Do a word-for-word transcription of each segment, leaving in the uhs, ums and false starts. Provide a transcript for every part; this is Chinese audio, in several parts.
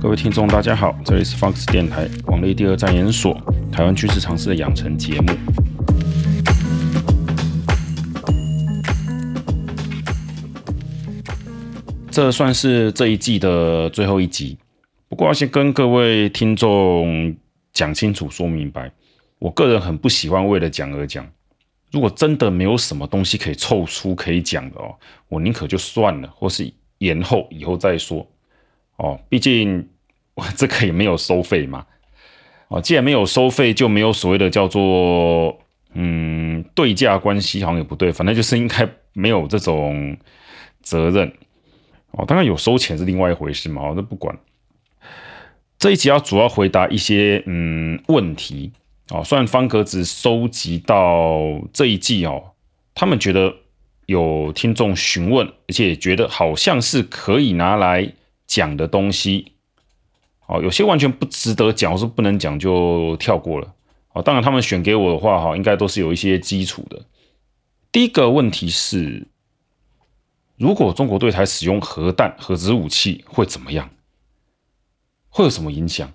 各位听众大家好，这里是 Fox 电台网内第二战研所台湾军事常识的养成节目。这算是这一季的最后一集，不过要先跟各位听众讲清楚说明白，我个人很不喜欢为了讲而讲，如果真的没有什么东西可以凑出可以讲的哦，我宁可就算了，或是延后以后再说哦，毕竟我这个也没有收费嘛。哦，既然没有收费，就没有所谓的叫做嗯对价关系，好像也不对，反正就是应该没有这种责任。哦，当然有收钱是另外一回事嘛，我都不管。这一集要主要回答一些嗯问题哦，虽然方格子收集到这一季哦，他们觉得有听众询问，而且觉得好像是可以拿来讲的东西。哦，有些完全不值得讲，或是不能讲就跳过了。哦，当然他们选给我的话，哈，应该都是有一些基础的。第一个问题是，如果中国对台使用核弹、核子武器会怎么样？会有什么影响？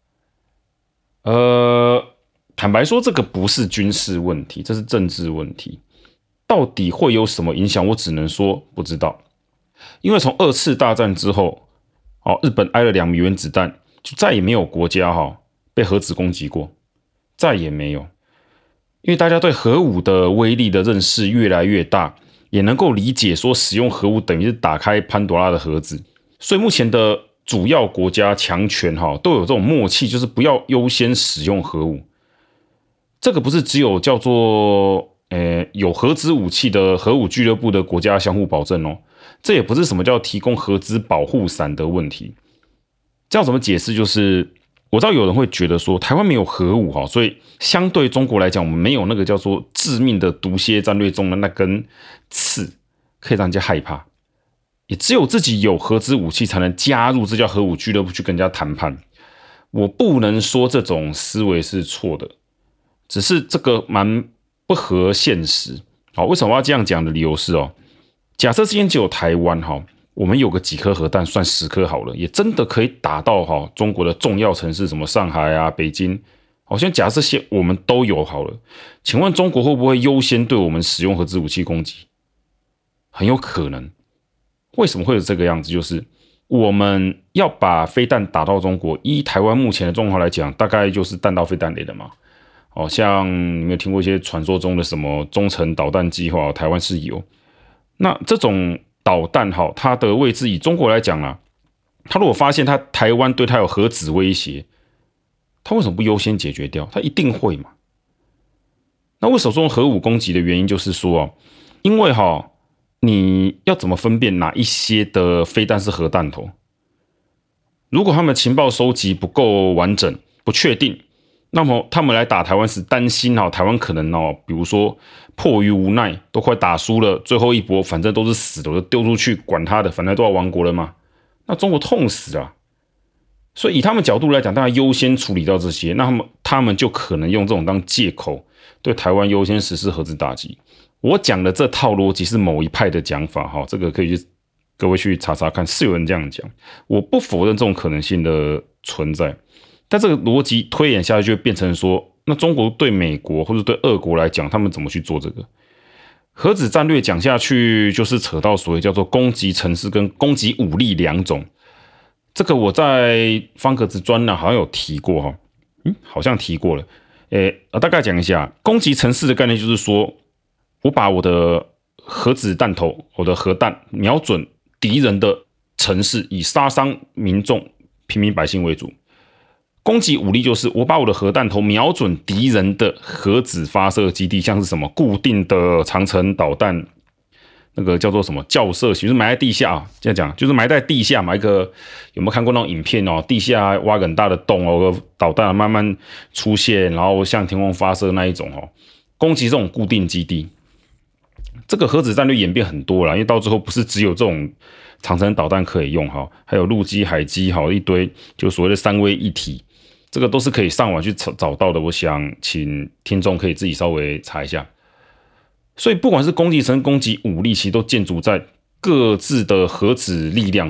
呃，坦白说，这个不是军事问题，这是政治问题。到底会有什么影响？我只能说不知道。因为从二次大战之后，哦，日本挨了两枚原子弹，就再也没有国家哈、哦、被核子攻击过，再也没有。因为大家对核武的威力的认识越来越大，也能够理解说使用核武等于是打开潘多拉的盒子，所以目前的主要国家强权哈、哦、都有这种默契，就是不要优先使用核武。这个不是只有叫做呃有核子武器的核武俱乐部的国家相互保证哦。这也不是什么叫提供核子保护伞的问题，这要怎么解释？就是我知道有人会觉得说台湾没有核武哈，所以相对中国来讲，我们没有那个叫做致命的毒蝎战略中的那根刺，可以让人家害怕。也只有自己有核子武器，才能加入这叫核武俱乐部去跟人家谈判。我不能说这种思维是错的，只是这个蛮不合现实。好，为什么要这样讲的理由是哦。假设今天只有台湾哈，我们有个几颗核弹，算十颗好了，也真的可以打到哈中国的重要城市，什么上海啊、北京。好，先假设这些我们都有好了，请问中国会不会优先对我们使用核子武器攻击？很有可能。为什么会有这个样子？就是我们要把飞弹打到中国，依台湾目前的状况来讲，大概就是弹道飞弹雷的嘛。哦，像你有没有听过一些传说中的什么中程导弹计划？台湾是有。那这种导弹哈，它的位置以中国来讲啊，它如果发现它台湾对它有核子威胁，它为什么不优先解决掉？它一定会嘛。那为什么说核武攻击的原因就是说哦，因为哈，你要怎么分辨哪一些的飞弹是核弹头？如果他们情报收集不够完整、不确定，那么他们来打台湾时担心哦，台湾可能哦，比如说迫于无奈，都快打输了，最后一波反正都是死的，我就丢出去，管他的，反正都要亡国了嘛。那中国痛死了，所以以他们角度来讲，当然优先处理到这些，那他们他们就可能用这种当借口，对台湾优先实施核子打击。我讲的这套逻辑是某一派的讲法哈，这个可以去各位去查查看，是有人这样讲，我不否认这种可能性的存在。但这个逻辑推演下去，就会变成说，那中国对美国或者对俄国来讲，他们怎么去做这个核子战略？讲下去就是扯到所谓叫做攻击城市跟攻击武力两种。这个我在方格子专栏好像有提过哈，嗯，好像提过了。诶，大概讲一下，攻击城市的概念就是说，我把我的核子弹头、我的核弹瞄准敌人的城市，以杀伤民众、平民百姓为主。攻击武力就是我把我的核弹头瞄准敌人的核子发射基地，像是什么固定的长程导弹，那个叫做什么校射型，就是埋在地下啊。这样讲就是埋在地下，埋一个有没有看过那种影片哦？地下挖个很大的洞哦，导弹慢慢出现，然后向天空发射那一种哦，攻击这种固定基地。这个核子战略演变很多啦，因为到最后不是只有这种长程导弹可以用哈，还有陆基、海基，好一堆，就所谓的三位一体。这个都是可以上网去找到的，我想请听众可以自己稍微查一下。所以不管是攻击层、攻击武力，其实都建筑在各自的核子力量上。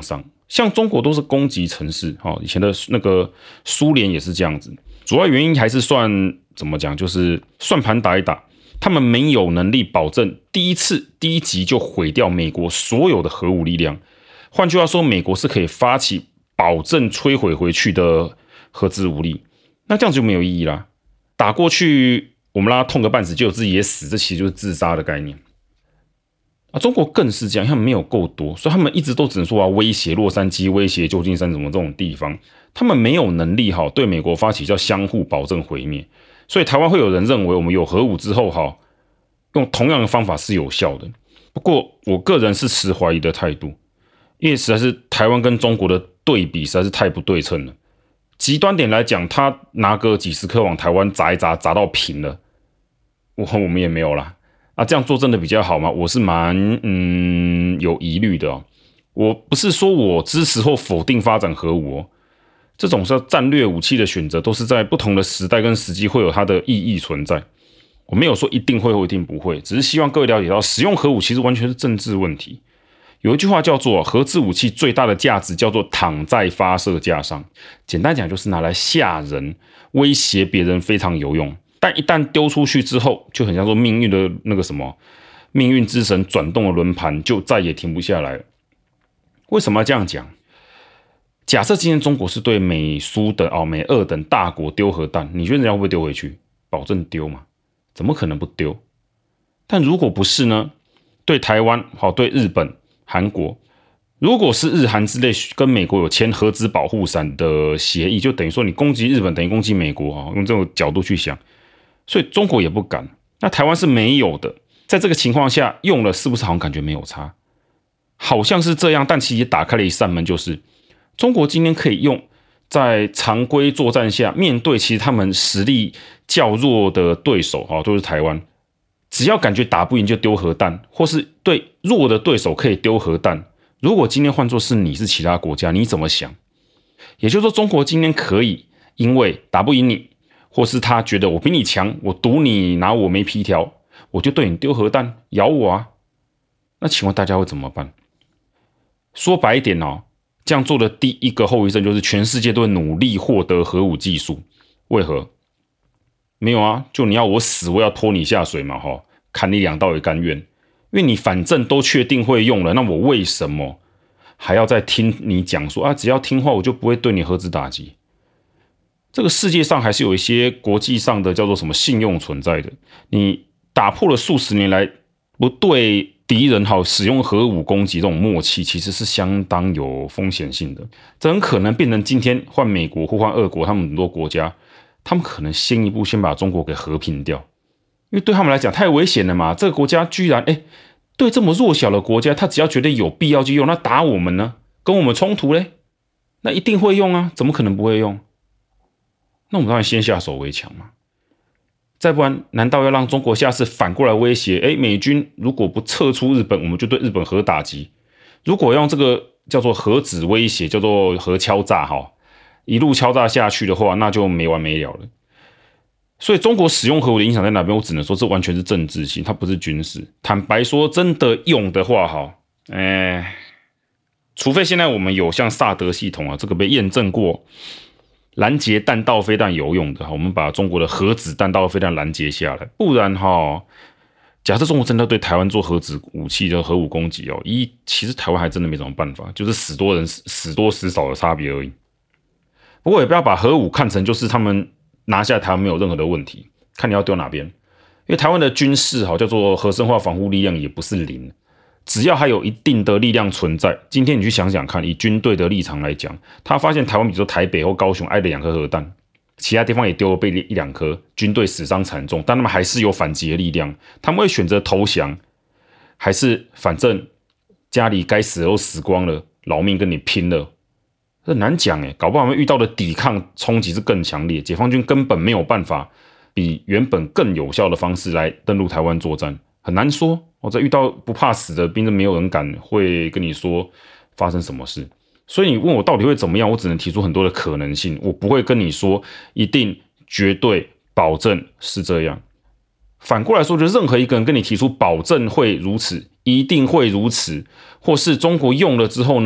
像中国都是攻击城市，以前的那个苏联也是这样子。主要原因还是算怎么讲，就是算盘打一打，他们没有能力保证第一次第一集就毁掉美国所有的核武力量。换句话说，美国是可以发起保证摧毁回去的核子武力，那这样子就没有意义啦。打过去，我们让他痛个半死，结果自己也死，这其实就是自杀的概念。啊，中国更是这样，他们没有够多，所以他们一直都只能说要威胁洛杉矶、威胁旧金山什么这种地方，他们没有能力哈对美国发起叫相互保证毁灭。所以台湾会有人认为我们有核武之后哈，用同样的方法是有效的。不过我个人是持怀疑的态度，因为实在是台湾跟中国的对比实在是太不对称了。极端点来讲，他拿个几十颗往台湾砸一砸，砸到平了，我我们也没有啦。啊，这样做真的比较好吗？我是蛮嗯有疑虑的哦。我不是说我支持或否定发展核武哦，这种是战略武器的选择，都是在不同的时代跟时机会有它的意义存在。我没有说一定会或一定不会，只是希望各位了解到，使用核武其实完全是政治问题。有一句话叫做核子武器最大的价值叫做躺在发射架上，简单讲就是拿来吓人、威胁别人非常有用。但一旦丢出去之后，就很像说命运的那个什么，命运之神转动的轮盘就再也停不下来了。为什么要这样讲？假设今天中国是对美苏等哦美俄等大国丢核弹，你觉得人家会不会丢回去？保证丢嘛？怎么可能不丢？但如果不是呢？对台湾好，对日本、韩国，如果是日韩之类跟美国有签核子保护伞的协议，就等于说你攻击日本等于攻击美国啊，用这种角度去想。所以中国也不敢，那台湾是没有的。在这个情况下用了，是不是好像感觉没有差？好像是这样，但其实也打开了一扇门，就是中国今天可以用在常规作战下，面对其实他们实力较弱的对手，哦，就是台湾，只要感觉打不赢就丢核弹，或是对弱的对手可以丢核弹。如果今天换作是你是其他国家，你怎么想？也就是说，中国今天可以因为打不赢你，或是他觉得我比你强，我赌你拿我没皮条，我就对你丢核弹，咬我啊！那请问大家会怎么办？说白一点哦，这样做的第一个后遗症就是全世界都会努力获得核武技术。为何？没有啊，就你要我死，我要拖你下水嘛，哈，砍你两刀也甘愿。因为你反正都确定会用了，那我为什么还要再听你讲说啊？只要听话，我就不会对你核子打击。这个世界上还是有一些国际上的叫做什么信用存在的。你打破了数十年来不对敌人好使用核武攻击这种默契，其实是相当有风险性的。这很可能变成今天换美国或换俄国，他们很多国家，他们可能先一步先把中国给和平掉，因为对他们来讲太危险了嘛。这个国家居然哎，对这么弱小的国家，他只要觉得有必要就用，那打我们呢？跟我们冲突嘞？那一定会用啊，怎么可能不会用？那我们当然先下手为强嘛。再不然，难道要让中国下次反过来威胁？哎，美军如果不撤出日本，我们就对日本核打击。如果用这个叫做核子威胁，叫做核敲诈哈，一路敲诈下去的话，那就没完没了了。所以中国使用核武的影响在哪边？我只能说这完全是政治性，它不是军事。坦白说，真的用的话哈，哎，除非现在我们有像萨德系统啊，这个被验证过。拦截弹道飞弹有用的，我们把中国的核子弹道飞弹拦截下来，不然哈，假设中国真的对台湾做核子武器的核武攻击哦，一其实台湾还真的没什么办法，就是死多人死多死少的差别而已。不过也不要把核武看成就是他们拿下台湾没有任何的问题，看你要丢哪边。因为台湾的军事哈叫做核生化防护力量也不是零。只要还有一定的力量存在，今天你去想想看，以军队的立场来讲，他发现台湾比如说台北或高雄挨了两颗核弹，其他地方也丢了被一两颗，军队死伤惨重，但他们还是有反击的力量，他们会选择投降，还是反正家里该死的都死光了，老命跟你拼了？这难讲诶，搞不好我们遇到的抵抗冲击是更强烈，解放军根本没有办法比原本更有效的方式来登陆台湾作战，很难说。我在遇到不怕死的兵，没有人敢会跟你说发生什么事。所以你问我到底会怎么样，我只能提出很多的可能性，我不会跟你说一定绝对保证是这样。反过来说，就任何一个人跟你提出保证会如此，一定会如此，或是中国用了之后呢，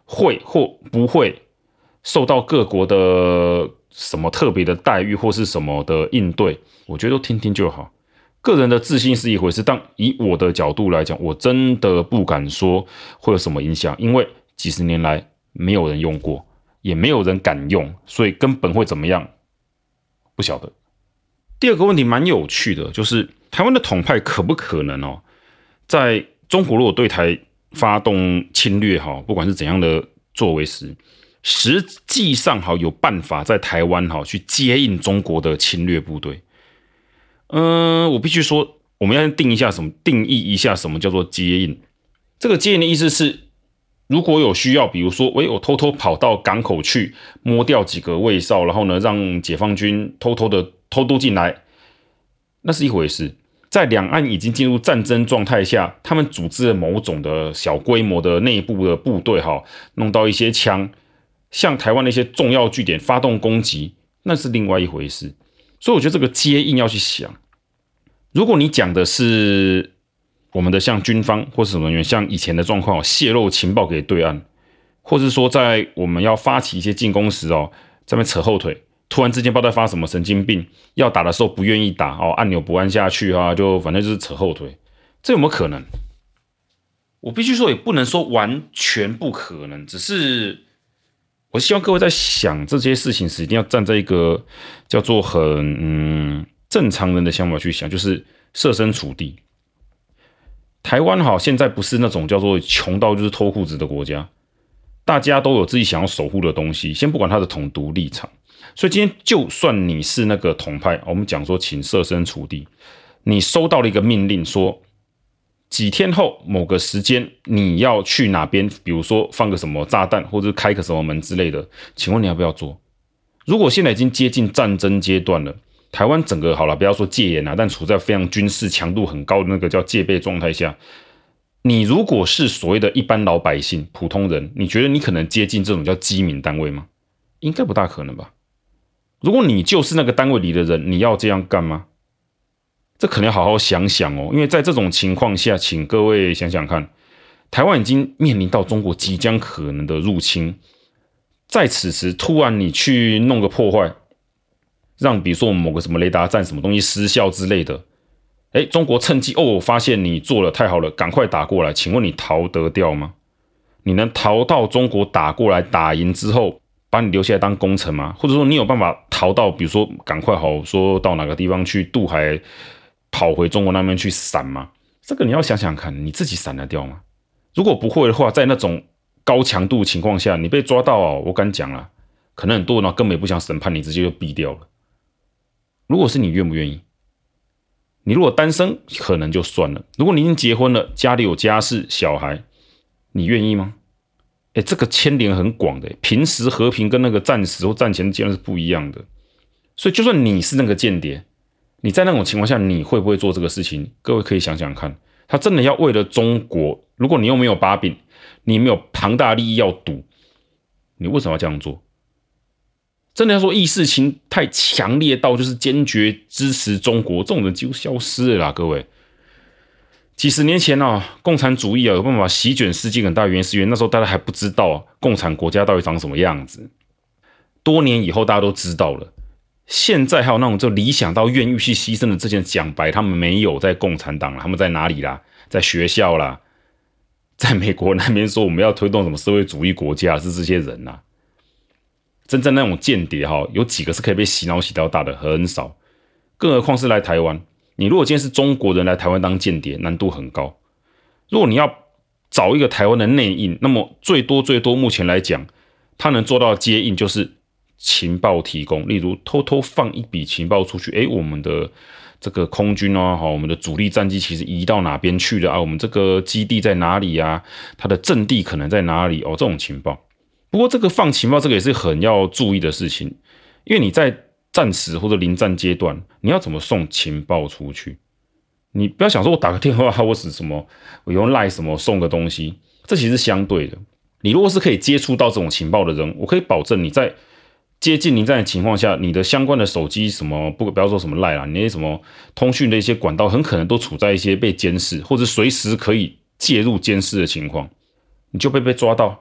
会或不会受到各国的什么特别的待遇或是什么的应对，我觉得都听听就好。个人的自信是一回事，但以我的角度来讲，我真的不敢说会有什么影响，因为几十年来没有人用过，也没有人敢用，所以根本会怎么样不晓得。第二个问题蛮有趣的，就是台湾的统派可不可能哦，在中国如果对台发动侵略哈，不管是怎样的作为时，实际上哈有办法在台湾哈去接应中国的侵略部队。嗯、呃，我必须说，我们要定一下什么，定义一下什么叫做接应。这个接应的意思是，如果有需要，比如说，喂，我偷偷跑到港口去摸掉几个卫哨，然后呢，让解放军偷偷的偷渡进来，那是一回事。在两岸已经进入战争状态下，他们组织了某种的小规模的内部的部队，哈，弄到一些枪，向台湾的一些重要据点发动攻击，那是另外一回事。所以我觉得这个接应要去想，如果你讲的是我们的像军方或是什么人员，像以前的状况泄露情报给对岸，或是说在我们要发起一些进攻时哦，在那边扯后腿。突然之间不知道在发什么神经病，要打的时候不愿意打哦，按钮不按下去啊，就反正就是扯后腿，这有没有可能？我必须说，也不能说完全不可能，只是我希望各位在想这些事情时，一定要站在一个叫做很嗯正常人的想法去想，就是设身处地。台湾哈现在不是那种叫做穷到就是脱裤子的国家，大家都有自己想要守护的东西，先不管他的统独立场。所以今天就算你是那个统派，我们讲说请设身处地，你收到了一个命令说，几天后某个时间你要去哪边，比如说放个什么炸弹或者开个什么门之类的，请问你要不要做？如果现在已经接近战争阶段了，台湾整个好了，不要说戒严啊，但处在非常军事强度很高的那个叫戒备状态下，你如果是所谓的一般老百姓、普通人，你觉得你可能接近这种叫机敏单位吗？应该不大可能吧。如果你就是那个单位里的人，你要这样干吗？这可能要好好想想哦，因为在这种情况下，请各位想想看，台湾已经面临到中国即将可能的入侵，在此时突然你去弄个破坏，让比如说某个什么雷达站什么东西失效之类的，哎，中国趁机哦，我发现你做了太好了，赶快打过来，请问你逃得掉吗？你能逃到中国打过来打赢之后，把你留下来当功臣吗？或者说你有办法逃到，比如说赶快好说到哪个地方去渡海，跑回中国那边去闪吗？这个你要想想看，你自己闪得掉吗？如果不会的话，在那种高强度情况下，你被抓到哦，我敢讲啦，可能很多人根本也不想审判你，直接就毙掉了。如果是你，愿不愿意？你如果单身，可能就算了；如果你已经结婚了，家里有家室、小孩，你愿意吗？欸、这个牵连很广的，平时和平跟那个战时或战前的阶段是不一样的。所以，就算你是那个间谍，你在那种情况下，你会不会做这个事情？各位可以想想看，他真的要为了中国，如果你又没有把柄，你没有庞大利益要赌，你为什么要这样做？真的要说意识形态强烈到就是坚决支持中国，这种人几乎消失了啦，各位。几十年前啊，共产主义啊有办法席卷世界很大原因是因为那时候大家还不知道共产国家到底长什么样子。多年以后大家都知道了。现在还有那种就理想到愿意去牺牲的这些人，讲白他们没有在共产党啦，他们在哪里啦？在学校啦，在美国那边说我们要推动什么社会主义国家，是这些人啦。真正那种间谍哈，有几个是可以被洗脑洗到大的，很少。更何况是来台湾。你如果今天是中国人来台湾当间谍，难度很高。如果你要找一个台湾的内应，那么最多最多目前来讲，他能做到的接应就是情报提供，例如偷偷放一笔情报出去，诶，我们的这个空军啊，我们的主力战机其实移到哪边去了啊？我们这个基地在哪里啊？它的阵地可能在哪里？哦，这种情报。不过这个放情报，这个也是很要注意的事情，因为你在战时或者临战阶段，你要怎么送情报出去？你不要想说我打个电话，我是什么，我用 LINE 什么送个东西，这其实是相对的。你如果是可以接触到这种情报的人，我可以保证你在接近临战的情况下，你的相关的手机什么不不要说什么 LINE 啦，你那些什么通讯的一些管道，很可能都处在一些被监视或者随时可以介入监视的情况，你就被被抓到，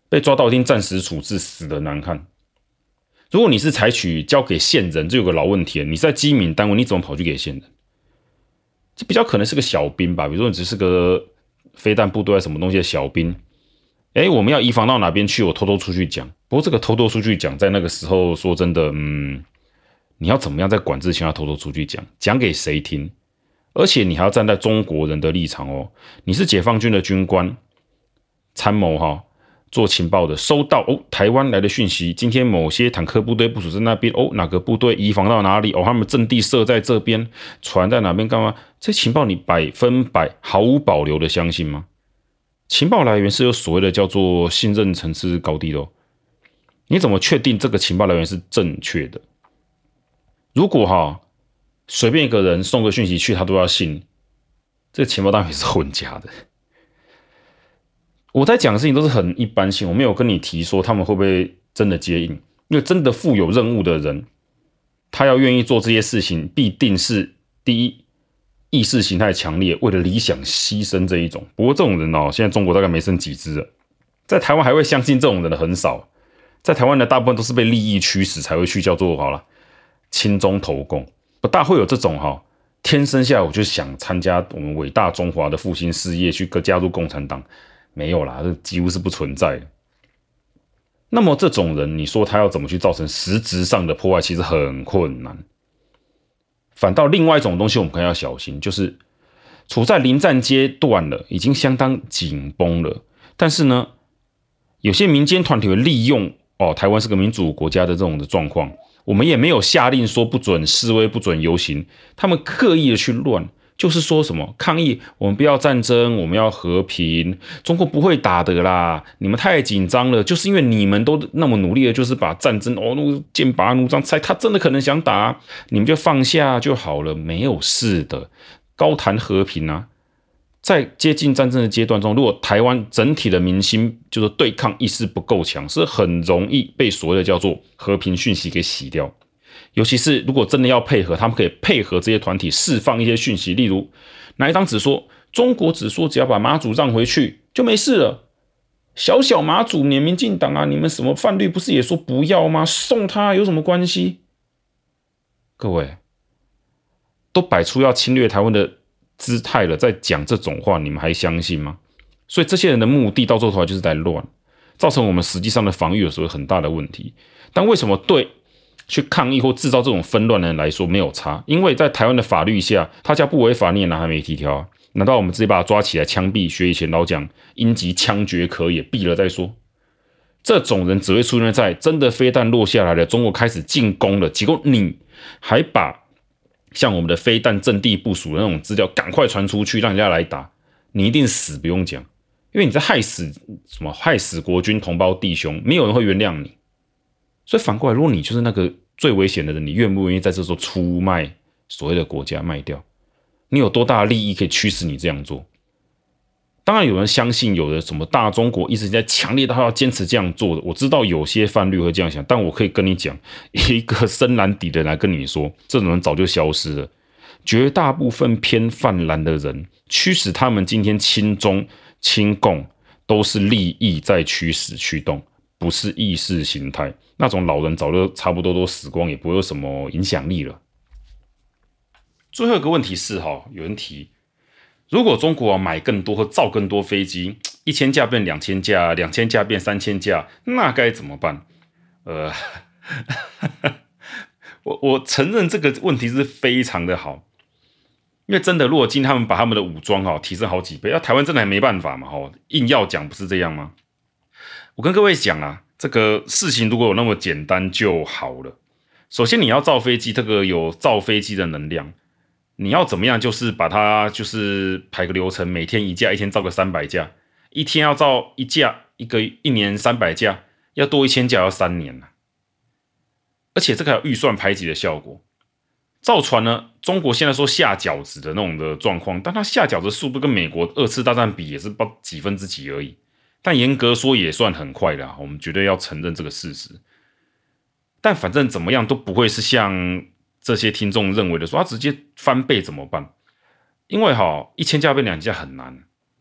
被抓到一定暂时处置，死得难看。如果你是采取交给线人，就有个老问题了，你是在机敏单位，你怎么跑去给线人？这比较可能是个小兵吧，比如说你只是个飞弹部队什么东西的小兵，哎，我们要移防到哪边去，我偷偷出去讲。不过这个偷偷出去讲，在那个时候说真的，嗯，你要怎么样在管制前要偷偷出去讲，讲给谁听？而且你还要站在中国人的立场哦，你是解放军的军官参谋哈。做情报的收到哦，台湾来的讯息，今天某些坦克部队部署在那边哦，哪个部队移防到哪里哦，他们阵地设在这边，船在哪边干嘛？这情报你百分百毫无保留的相信吗？情报来源是有所谓的叫做信任层次高低的哦，你怎么确定这个情报来源是正确的？如果哈随便一个人送个讯息去，他都要信，这个情报单位是混假的。我在讲的事情都是很一般性，我没有跟你提说他们会不会真的接应，因为真的负有任务的人，他要愿意做这些事情，必定是第一意识形态强烈，为了理想牺牲这一种。不过这种人哦，现在中国大概没剩几只了，在台湾还会相信这种人的很少，在台湾的大部分都是被利益驱使才会去叫做好了亲中投共，不大会有这种哈天生下来我就想参加我们伟大中华的复兴事业，去加入共产党。没有啦，这几乎是不存在的。那么这种人，你说他要怎么去造成实质上的破坏，其实很困难。反倒另外一种东西，我们可能要小心，就是处在临战阶段了，已经相当紧绷了。但是呢，有些民间团体会利用哦，台湾是个民主国家的这种的状况，我们也没有下令说不准示威、不准游行，他们刻意的去乱。就是说什么抗议，我们不要战争，我们要和平，中国不会打的啦，你们太紧张了，就是因为你们都那么努力的，就是把战争哦剑拔弩张，才他真的可能想打，你们就放下就好了，没有事的，高谈和平啊。在接近战争的阶段中，如果台湾整体的民心就是对抗意识不够强，是很容易被所谓的叫做和平讯息给洗掉。尤其是如果真的要配合，他们可以配合这些团体释放一些讯息，例如哪一张纸说中国只说只要把马祖让回去就没事了，小小马祖你民进党啊，你们什么泛绿不是也说不要吗？送他有什么关系？各位都摆出要侵略台湾的姿态了，在讲这种话，你们还相信吗？所以这些人的目的到最后就是在乱，造成我们实际上的防御有时候有很大的问题。但为什么对去抗议或制造这种纷乱的人来说没有差？因为在台湾的法律下，他家不违法，你也拿他没提条啊？难道我们直接把他抓起来枪毙？学以前老讲，应急枪决可也，毙了再说。这种人只会出现在真的飞弹落下来了，中国开始进攻了，结果你还把像我们的飞弹阵地部署的那种资料赶快传出去，让人家来打，你一定死不用讲，因为你在害死什么害死国军同胞弟兄，没有人会原谅你。所以反过来，如果你就是那个最危险的人，你愿不愿意在这时候出卖所谓的国家卖掉？你有多大的利益可以驱使你这样做？当然有人相信有的什么大中国意识形态强烈到要坚持这样做的，我知道有些泛绿会这样想，但我可以跟你讲，一个深蓝底的人来跟你说，这种人早就消失了。绝大部分偏泛蓝的人，驱使他们今天亲中亲共，都是利益在驱使驱动，不是意识形态。那种老人早就差不多都死光，也不会有什么影响力了。最后一个问题是哈，有人提，如果中国买更多或造更多飞机，一千架变两千架，两千架变三千架，那该怎么办？呃，我我承认这个问题是非常的好，因为真的，如果今天他们把他们的武装哈提升好几倍，那台湾真的还没办法嘛？哈，硬要讲不是这样吗？我跟各位讲啊，这个事情如果有那么简单就好了。首先你要造飞机，这个有造飞机的能量。你要怎么样？就是把它就是排个流程，每天一架，一天造个三百架，一天要造一架，一个一年三百架，要多一千架要三年啊。而且这个还有预算排挤的效果。造船呢，中国现在说下饺子的那种的状况，但它下饺子速度跟美国二次大战比也是不几分之几而已。但严格说也算很快的，我们绝对要承认这个事实。但反正怎么样都不会是像这些听众认为的说，他直接翻倍怎么办？因为哈，一千架变两架很难，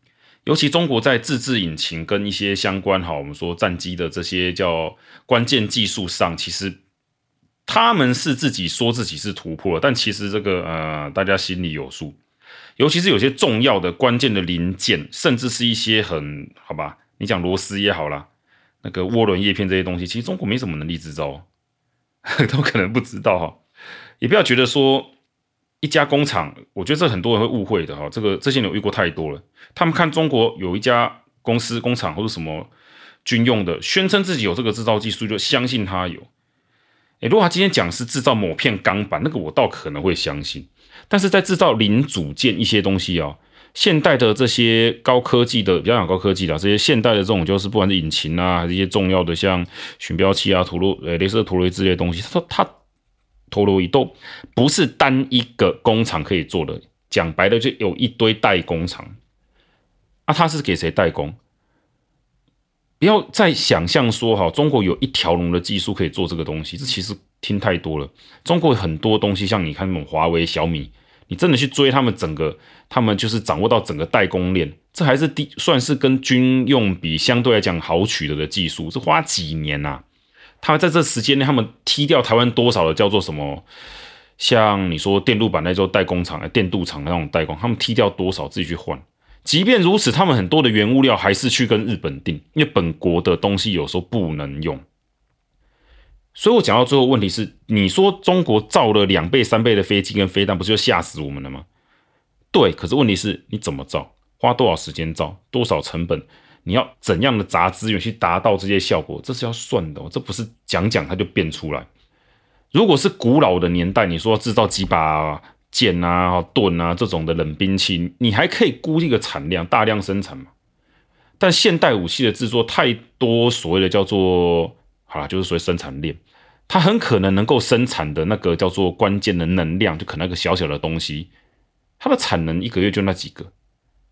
尤其中国在自制引擎跟一些相关哈，我们说战机的这些叫关键技术上，其实他们是自己说自己是突破了，但其实这个呃大家心里有数。尤其是有些重要的关键的零件，甚至是一些很好吧，你讲螺丝也好啦，那个涡轮叶片这些东西，其实中国没什么能力制造，都可能不知道哈。也不要觉得说一家工厂，我觉得这很多人会误会的哈。这个这些人有遇过太多了，他们看中国有一家公司、工厂或者什么军用的，宣称自己有这个制造技术，就相信他有。诶，如果他今天讲是制造某片钢板，那个我倒可能会相信。但是在制造零组件一些东西哦，现代的这些高科技的，比较讲高科技的这些现代的这种，就是不管是引擎啊，还是一些重要的像巡标器啊、陀螺、呃、雷射陀螺仪之类的东西，它它陀螺仪都不是单一个工厂可以做的。讲白了，就有一堆代工厂啊，它是给谁代工？不要再想象说哈，中国有一条龙的技术可以做这个东西，这其实听太多了。中国很多东西，像你看那种华为、小米，你真的去追他们整个，他们就是掌握到整个代工链，这还是第算是跟军用比相对来讲好取得的技术，是花几年啊。他们在这时间内，他们踢掉台湾多少的叫做什么？像你说电路板那种代工厂、电镀厂那种代工，他们踢掉多少自己去换。即便如此，他们很多的原物料还是去跟日本订，因为本国的东西有时候不能用。所以我讲到最后问题是，你说中国造了两倍、三倍的飞机跟飞弹，不是就吓死我们了吗？对，可是问题是你怎么造，花多少时间造，多少成本，你要怎样的砸资源去达到这些效果，这是要算的、哦，这不是讲讲它就变出来。如果是古老的年代，你说要制造几把剑啊、盾啊这种的冷兵器，你还可以估一个产量，大量生产嘛。但现代武器的制作太多所谓的叫做好啦，就是所谓生产链，它很可能能够生产的那个叫做关键的能量，就可能那个小小的东西，它的产能一个月就那几个，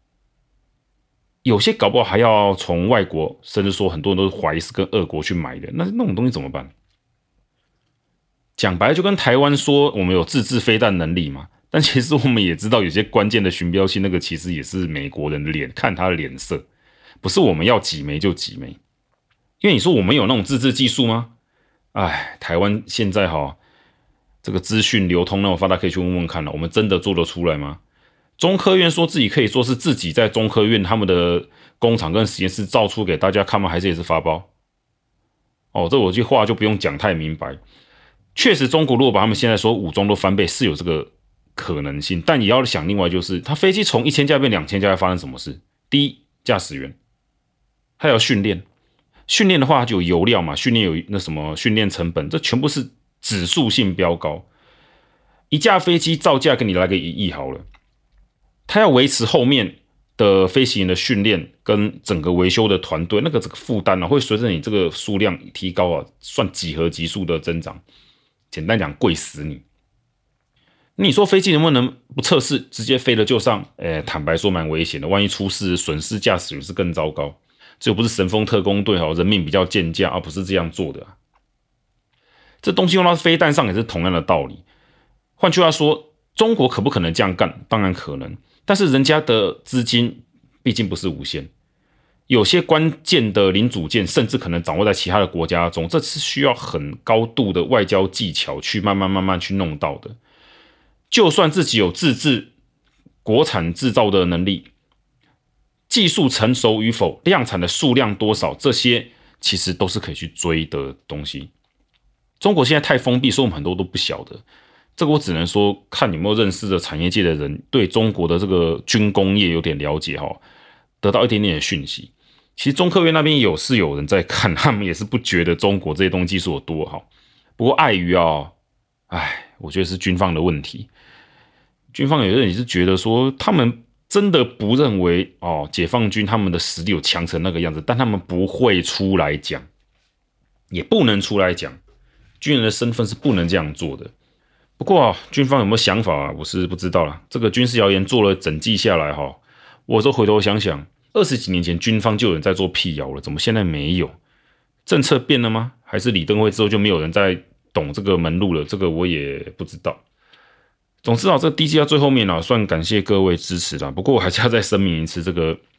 有些搞不好还要从外国，甚至说很多人都是怀疑是跟俄国去买的，那那种东西怎么办？讲白了就跟台湾说我们有自制飞弹能力嘛，但其实我们也知道有些关键的巡标器那个其实也是美国人的脸，看他的脸色，不是我们要几枚就几枚。因为你说我们有那种自制技术吗？哎，台湾现在哈这个资讯流通那么发达，可以去问问看了，我们真的做得出来吗？中科院说自己可以做，是自己在中科院他们的工厂跟实验室造出给大家看吗？还是也是发包？哦，这我句话就不用讲太明白。确实，中国如果把他们现在说武装都翻倍，是有这个可能性，但也要想另外就是，他飞机从一千架变两千架会发生什么事？第一，驾驶员他要训练，训练的话就有油料嘛，训练有那什么训练成本，这全部是指数性飙高。一架飞机造价给你来个一亿好了，他要维持后面的飞行员的训练跟整个维修的团队，那个这个负担啊，会随着你这个数量提高啊，算几何级数的增长。简单讲，贵死你。你说飞机能不能不测试直接飞了就上？欸、坦白说蛮危险的，万一出事，损失驾驶员是更糟糕。这又不是神风特工队，人命比较贱价，而不是这样做的、啊。这东西用到飞弹上也是同样的道理。换句话说，中国可不可能这样干？当然可能，但是人家的资金毕竟不是无限。有些关键的零组件甚至可能掌握在其他的国家中，这是需要很高度的外交技巧去慢慢慢慢去弄到的。就算自己有自制国产制造的能力，技术成熟与否，量产的数量多少，这些其实都是可以去追的东西。中国现在太封闭，所以我们很多都不晓得。这个我只能说，看有没有认识的产业界的人对中国的这个军工业有点了解，得到一点点的讯息。其实中科院那边有是有人在看，他们也是不觉得中国这些东西技术有多好。不过碍于啊，哎，我觉得是军方的问题。军方有人也是觉得说，他们真的不认为哦，解放军他们的实力有强成那个样子，但他们不会出来讲，也不能出来讲，军人的身份是不能这样做的。不过啊，军方有没有想法啊？我是不知道啦。这个军事谣言做了整季下来哈，我说回头想想。二十几年前，军方就有人在做辟谣了，怎么现在没有？政策变了吗？还是李登辉之后就没有人在懂这个门路了？这个我也不知道。总之啊，这个 D G 到最后面啊，算感谢各位支持啦。不过我还是要再声明一次，这个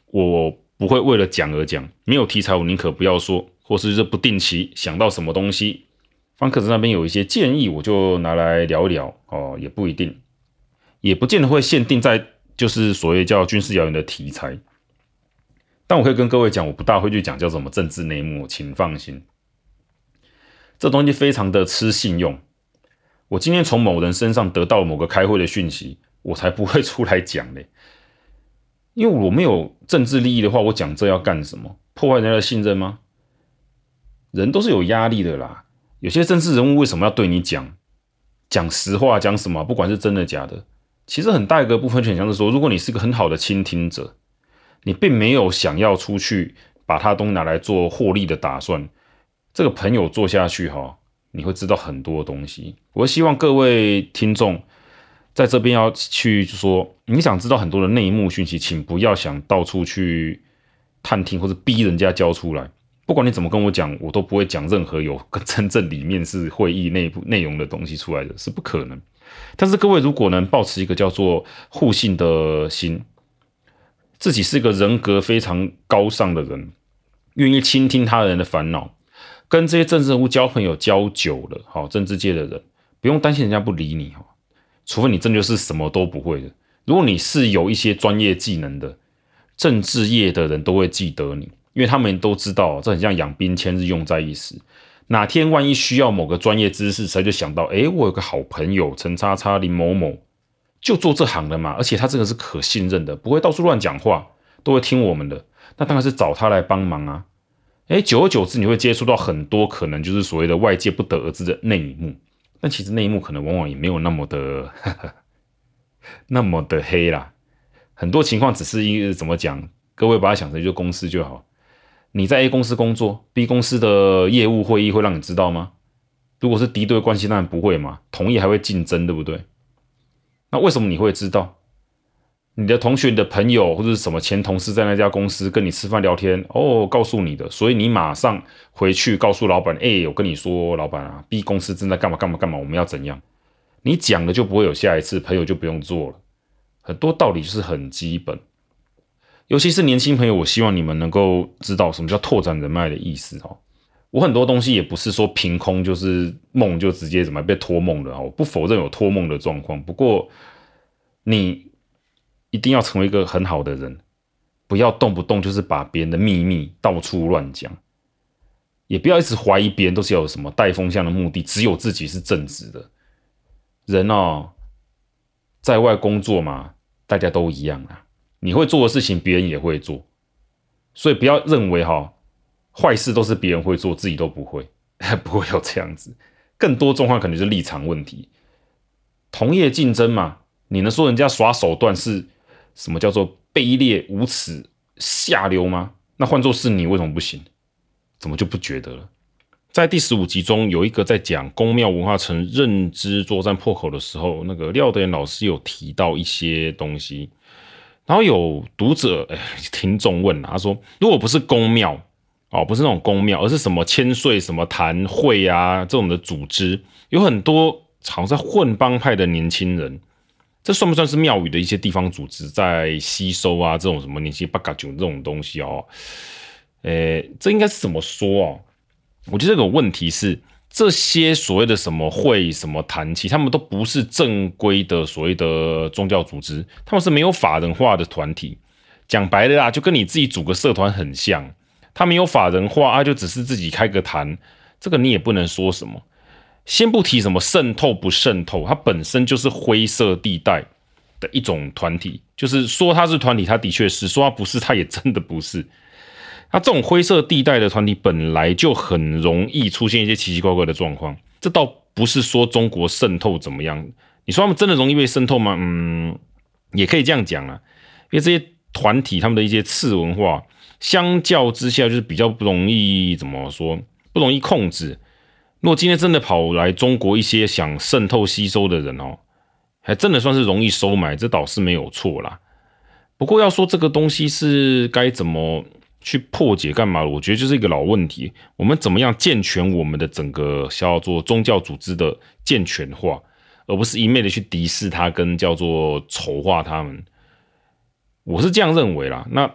我不会为了讲而讲，没有题材我宁可不要说，或是这不定期想到什么东西，方克斯那边有一些建议，我就拿来聊一聊哦，也不一定，也不见得会限定在就是所谓叫军事谣言的题材。但我可以跟各位讲，我不大会去讲叫什么政治内幕，请放心，这东西非常的吃信用。我今天从某人身上得到某个开会的讯息，我才不会出来讲嘞。因为我没有政治利益的话，我讲这要干什么？破坏人家的信任吗？人都是有压力的啦。有些政治人物为什么要对你讲讲实话，讲什么，不管是真的假的，其实很大一个部分选项是说，如果你是一个很好的倾听者，你并没有想要出去把他东西拿来做获利的打算，这个朋友做下去哈，你会知道很多东西。我希望各位听众在这边要去说，你想知道很多的内幕讯息，请不要想到处去探听或者逼人家交出来。不管你怎么跟我讲，我都不会讲任何有跟真正里面是会议内部内容的东西出来的，是不可能。但是各位如果能抱持一个叫做互信的心，自己是一个人格非常高尚的人，愿意倾听他人的烦恼，跟这些政治人物交朋友交久了，好，政治界的人不用担心人家不理你，除非你真的就是什么都不会的。如果你是有一些专业技能的，政治业的人都会记得你，因为他们都知道这很像养兵千日用在一时。哪天万一需要某个专业知识，谁就想到，诶，我有个好朋友陈叉叉林某某就做这行的嘛，而且他这个是可信任的，不会到处乱讲话，都会听我们的，那当然是找他来帮忙啊。诶，久而久之你会接触到很多可能就是所谓的外界不得而知的内幕，但其实内幕可能往往也没有那么的呵呵那么的黑啦，很多情况只是一个怎么讲，各位把它想成就公司就好。你在 A 公司工作 ，B 公司的业务会议会让你知道吗？如果是敌对关系，当然不会嘛，同业还会竞争，对不对？那为什么你会知道？你的同学、你的朋友或者是什么前同事在那家公司跟你吃饭聊天，哦，告诉你的，所以你马上回去告诉老板，哎、欸，我跟你说，老板啊 ，B 公司正在干嘛干嘛干嘛，我们要怎样？你讲了就不会有下一次，朋友就不用做了。很多道理就是很基本，尤其是年轻朋友，我希望你们能够知道什么叫拓展人脉的意思哦。我很多东西也不是说凭空就是梦就直接怎么被托梦的，我不否认有托梦的状况，不过你一定要成为一个很好的人，不要动不动就是把别人的秘密到处乱讲，也不要一直怀疑别人都是有什么带风向的目的，只有自己是正直的。人哦，在外工作嘛，大家都一样啦，你会做的事情别人也会做，所以不要认为哈坏事都是别人会做，自己都不会，不会有这样子。更多状况可能是立场问题，同业竞争嘛，你能说人家耍手段是什么叫做卑劣无耻下流吗？那换作是你为什么不行？怎么就不觉得了？在第十五集中有一个在讲宫庙文化城认知作战破口的时候，那个廖德元老师有提到一些东西，然后有读者、哎、听众问他说，如果不是宫庙哦，不是那种宫庙，而是什么千岁什么坛会啊这种的组织，有很多好像在混帮派的年轻人，这算不算是庙宇的一些地方组织在吸收啊这种什么年轻八嘎九这种东西哦？呃，这应该是怎么说哦？我觉得这个问题是，这些所谓的什么会、什么坛期，他们都不是正规的所谓的宗教组织，他们是没有法人化的团体。讲白了啦，就跟你自己组个社团很像，他没有法人化啊，就只是自己开个坛，这个你也不能说什么。先不提什么渗透不渗透，它本身就是灰色地带的一种团体，就是说它是团体，它的确是；说它不是，它也真的不是。那这种灰色地带的团体本来就很容易出现一些奇奇怪怪的状况，这倒不是说中国渗透怎么样，你说他们真的容易被渗透吗？嗯，也可以这样讲啊，因为这些团体他们的一些次文化，相较之下就是比较不容易怎么说，不容易控制。如果今天真的跑来中国一些想渗透吸收的人哦，还真的算是容易收买，这倒是没有错啦。不过要说这个东西是该怎么去破解干嘛？我觉得就是一个老问题，我们怎么样健全我们的整个叫做宗教组织的健全化，而不是一昧的去敌视它跟叫做丑化他们。我是这样认为啦。那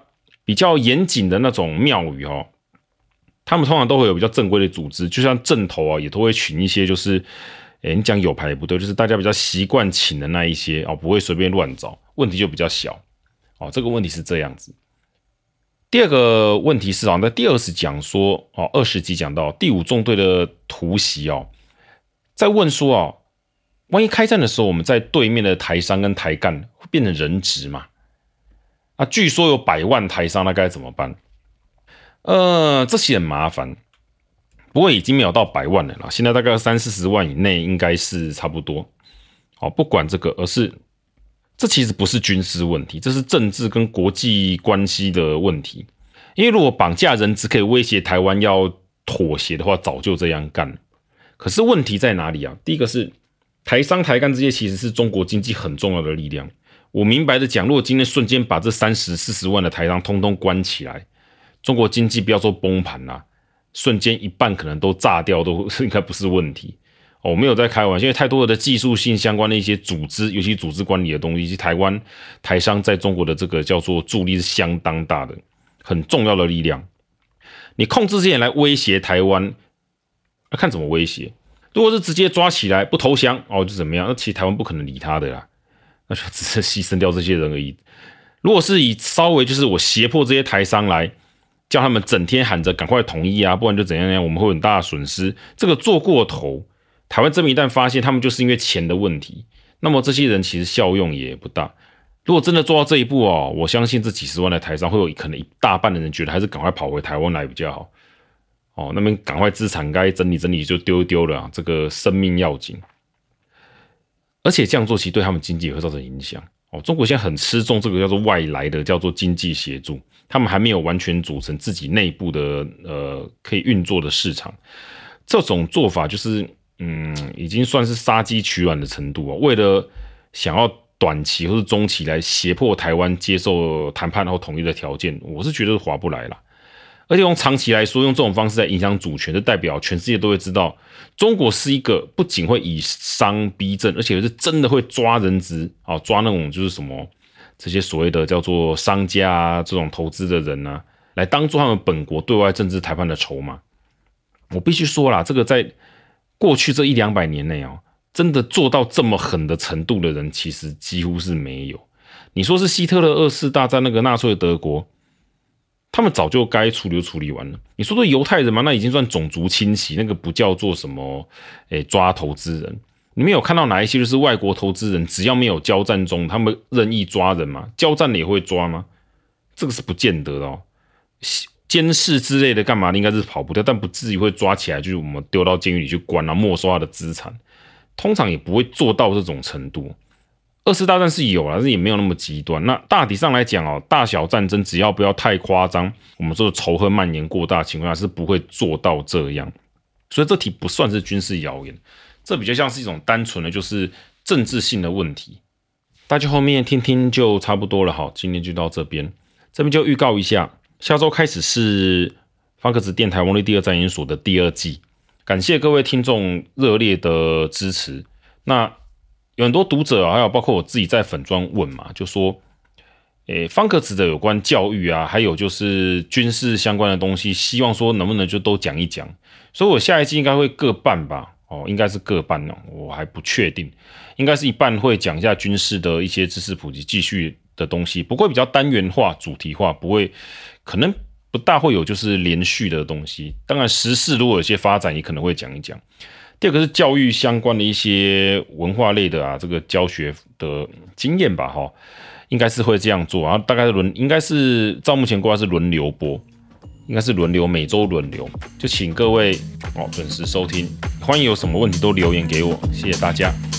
比较严谨的那种庙宇哦，他们通常都会有比较正规的组织，就像正头啊，也都会请一些就是，诶，你讲有牌也不对，就是大家比较习惯请的那一些哦，不会随便乱找，问题就比较小哦。这个问题是这样子。第二个问题是啊，在第二十讲说哦，二十集讲到第五纵队的突袭哦，在问说哦，万一开战的时候，我们在对面的台商跟台干会变成人质嘛？啊，据说有百万台商，那该怎么办？呃，这些很麻烦，不过已经没有到百万了啦，现在大概三四十万以内应该是差不多。好，不管这个，而是这其实不是军事问题，这是政治跟国际关系的问题。因为如果绑架人质可以威胁台湾要妥协的话，早就这样干了。可是问题在哪里啊？第一个是台商台干这些其实是中国经济很重要的力量。我明白的讲，如果今天瞬间把这三十四十万的台商通通关起来，中国经济不要说崩盘啦、啊，瞬间一半可能都炸掉，都应该不是问题。哦，我没有在开玩笑，因为太多的技术性相关的一些组织，尤其组织管理的东西，以及台湾台商在中国的这个叫做助力是相当大的，很重要的力量。你控制这些人来威胁台湾，要看怎么威胁。如果是直接抓起来不投降，哦，就怎么样？那其实台湾不可能理他的啦，那就只是牺牲掉这些人而已。如果是以稍微就是我胁迫这些台商来，叫他们整天喊着赶快统一啊，不然就怎样样，我们会有很大的损失。这个做过头。台湾这边一旦发现他们就是因为钱的问题，那么这些人其实效用也不大。如果真的做到这一步哦，我相信这几十万的台商会有可能一大半的人觉得还是赶快跑回台湾来比较好。哦，那边赶快资产该整理整理就丢一丢了、啊，这个生命要紧。而且这样做其实对他们经济也会造成影响。哦，中国现在很吃重这个叫做外来的叫做经济协助，他们还没有完全组成自己内部的呃可以运作的市场。这种做法就是。嗯，已经算是杀鸡取卵的程度哦。为了想要短期或是中期来胁迫台湾接受谈判后统一的条件，我是觉得划不来啦。而且用长期来说，用这种方式来影响主权，就代表全世界都会知道，中国是一个不仅会以商逼政，而且是真的会抓人质啊，抓那种就是什么这些所谓的叫做商家啊，这种投资的人啊，来当做他们本国对外政治谈判的筹码。我必须说啦，这个在过去这一两百年内哦，真的做到这么狠的程度的人，其实几乎是没有。你说是希特勒二次大战那个纳粹德国，他们早就该处理就处理完了。你说的犹太人嘛，那已经算种族清洗，那个不叫做什么诶抓投资人。你们有看到哪一些就是外国投资人，只要没有交战中，他们任意抓人吗？交战了也会抓吗？这个是不见得的哦。监视之类的干嘛的应该是跑不掉，但不至于会抓起来，就是我们丢到监狱里去关啊，没收他的资产。通常也不会做到这种程度。二次大战是有啦，但是也没有那么极端。那大体上来讲哦，大小战争只要不要太夸张，我们说的仇恨蔓延过大的情况下是不会做到这样。所以这题不算是军事谣言，这比较像是一种单纯的就是政治性的问题。大家后面听听就差不多了。好，今天就到这边，这边就预告一下。下周开始是方格子电台王力第二战研所的第二季，感谢各位听众热烈的支持。那有很多读者啊，还有包括我自己在粉专问嘛，就说，诶，方格子的有关教育啊，还有就是军事相关的东西，希望说能不能就都讲一讲。所以我下一季应该会各半吧，哦，应该是各半哦，我还不确定，应该是一半会讲一下军事的一些知识普及，继续的东西，不会比较单元化、主题化，不会。可能不大会有就是连续的东西，当然时事如果有些发展也可能会讲一讲。第二个是教育相关的一些文化类的啊，这个教学的经验吧，哈，应该是会这样做，然后大概轮应该是照目前规划是轮流播，应该是轮流每周轮流，就请各位哦准时收听，欢迎有什么问题都留言给我，谢谢大家。